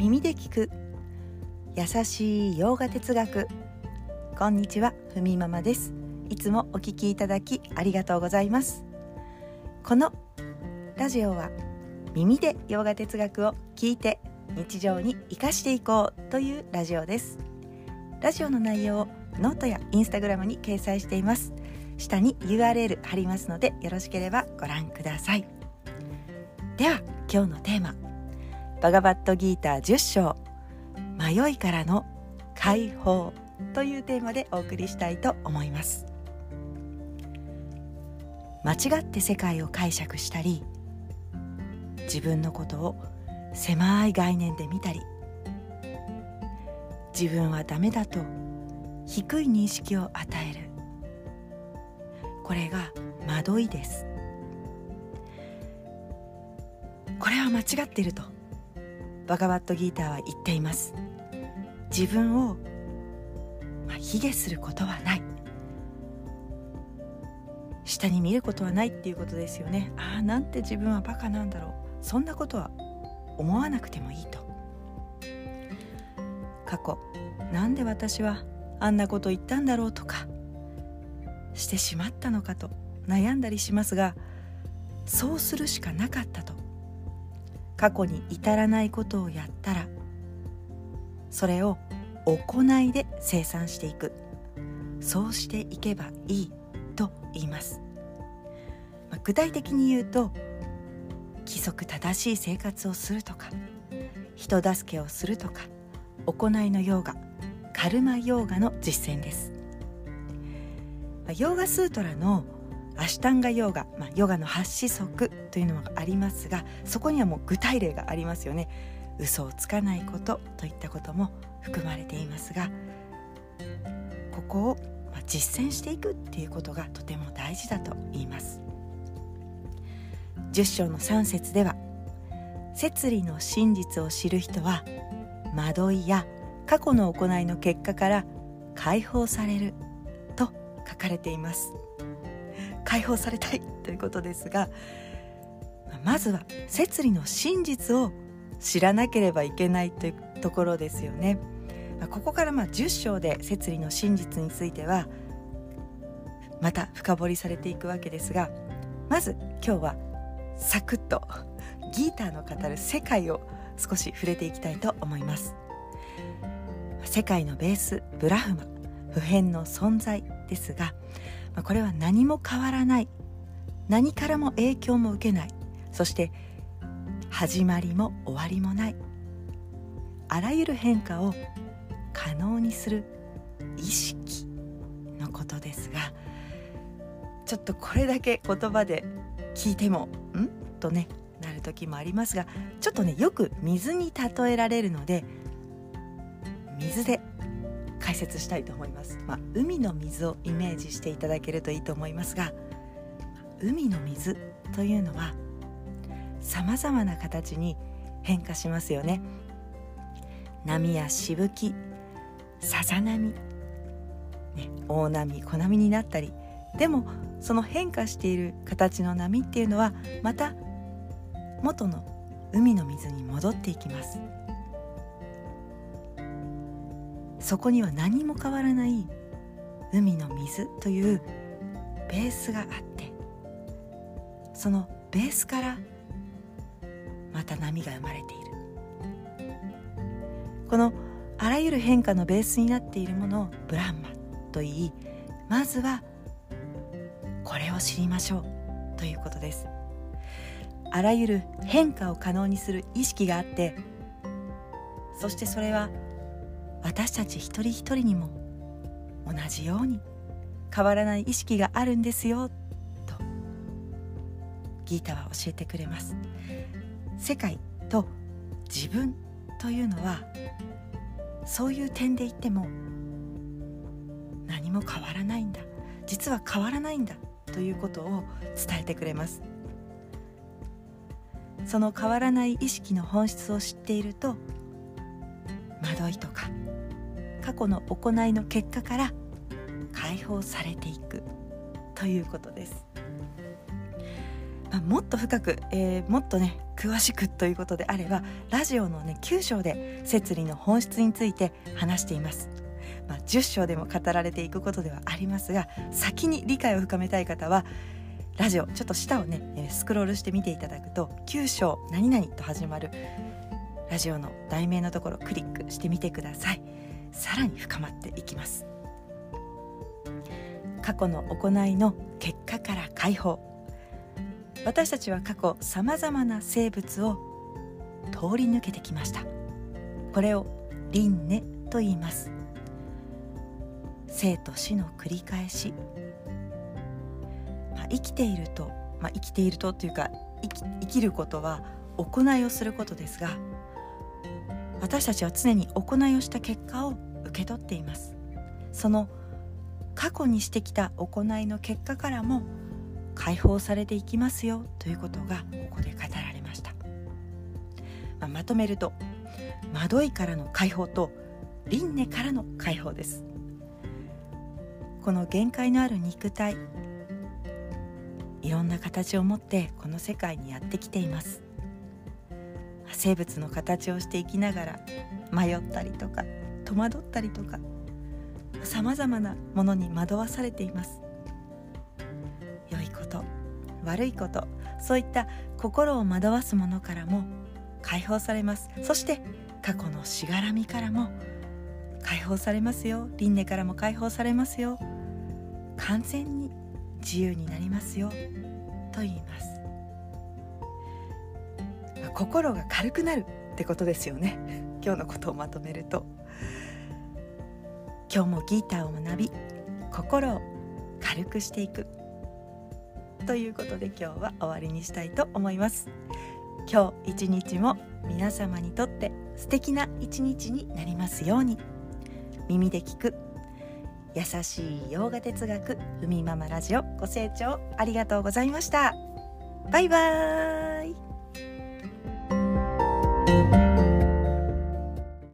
耳で聞く優しい洋画哲学。こんにちは、ふみママです。いつもお聞きいただきありがとうございます。このラジオは耳で洋画哲学を聞いて日常に生かしていこうというラジオです。ラジオの内容をノートやインスタグラムに掲載しています。下に URL 貼りますので、よろしければご覧ください。では今日のテーマ、バガバットギーター10章、迷いからの解放というテーマでお送りしたいと思います。間違って世界を解釈したり、自分のことを狭い概念で見たり、自分はダメだと低い認識を与える、これが惑いです。これは間違っているとバガバットギーターは言っています。自分を卑下することはない、下に見ることはないっていうことですよね。なんて自分はバカなんだろう、そんなことは思わなくてもいいと。過去なんで私はあんなこと言ったんだろうとかしてしまったのかと悩んだりしますが、そうするしかなかったと。過去に至らないことをやったら、それを行いで清算していく、そうしていけばいいと言います。具体的に言うと、規則正しい生活をするとか、人助けをするとか、行いのヨーガ、カルマヨーガの実践です。ヨーガスートラのアシュタンガヨーガ、ヨガの8子則というのがありますが、そこにはもう具体例がありますよね。嘘をつかないことといったことも含まれていますが、ここを実践していくっていうことがとても大事だと言います。10章の3節では、摂理の真実を知る人は惑いや過去の行いの結果から解放されると書かれています。解放されたいということですが、まずは摂理の真実を知らなければいけないというところですよね。ここから10章で摂理の真実についてはまた深掘りされていくわけですが、まず今日はサクッとギーターの語る世界を少し触れていきたいと思います。世界のベース、ブラフマ、不変の存在ですが、これは何も変わらない、何からも影響も受けない、そして始まりも終わりもない、あらゆる変化を可能にする意識のことですが、ちょっとこれだけ言葉で聞いてもとなる時もありますが、ちょっとよく水に例えられるので、水で解説したいと思います。海の水をイメージしていただけるといいと思いますが、海の水というのはさまざまな形に変化しますよね。波やしぶき、さざ波、大波、小波になったり、でもその変化している形の波っていうのはまた元の海の水に戻っていきます。そこには何も変わらない海の水というベースがあって、そのベースからまた波が生まれている。このあらゆる変化のベースになっているものをブランマと言い、まずはこれを知りましょうということです。あらゆる変化を可能にする意識があって、そしてそれは私たち一人一人にも同じように変わらない意識があるんですよとギータは教えてくれます。世界と自分というのはそういう点で言っても何も変わらないんだ、実は変わらないんだということを伝えてくれます。その変わらない意識の本質を知っていると、惑いとか過去の行いの結果から解放されていくということです。 もっと深く、もっとね詳しくということであれば、ラジオのね9章で摂理の本質について話しています。10章でも語られていくことではありますが、先に理解を深めたい方はラジオちょっと下をねスクロールして見ていただくと、9章何々と始まるラジオの題名のところをクリックしてみてください。さらに深まっていきます。過去の行いの結果から解放。私たちは過去さまざまな生物を通り抜けてきました。これを輪廻と言います。生と死の繰り返し。生きていると、というか生きることは行いをすることですが、私たちは常に行いをした結果を受け取っています。その過去にしてきた行いの結果からも解放されていきますよということがここで語られました。まとめると、惑いからの解放と輪廻からの解放です。この限界のある肉体、いろんな形を持ってこの世界にやってきています。生物の形をしていきながら迷ったりとか戸惑ったりとか、さまざまなものに惑わされています。良いこと、悪いこと、そういった心を惑わすものからも解放されます。そして過去のしがらみからも解放されますよ。輪廻からも解放されますよ。完全に自由になりますよと言います。心が軽くなるってことですよね。今日のことをまとめると、今日もギーターを学び、心を軽くしていくということで、今日は終わりにしたいと思います。今日一日も皆様にとって素敵な一日になりますように。耳で聞く優しい洋画哲学、海ママラジオ、ご清聴ありがとうございました。バイバーイ。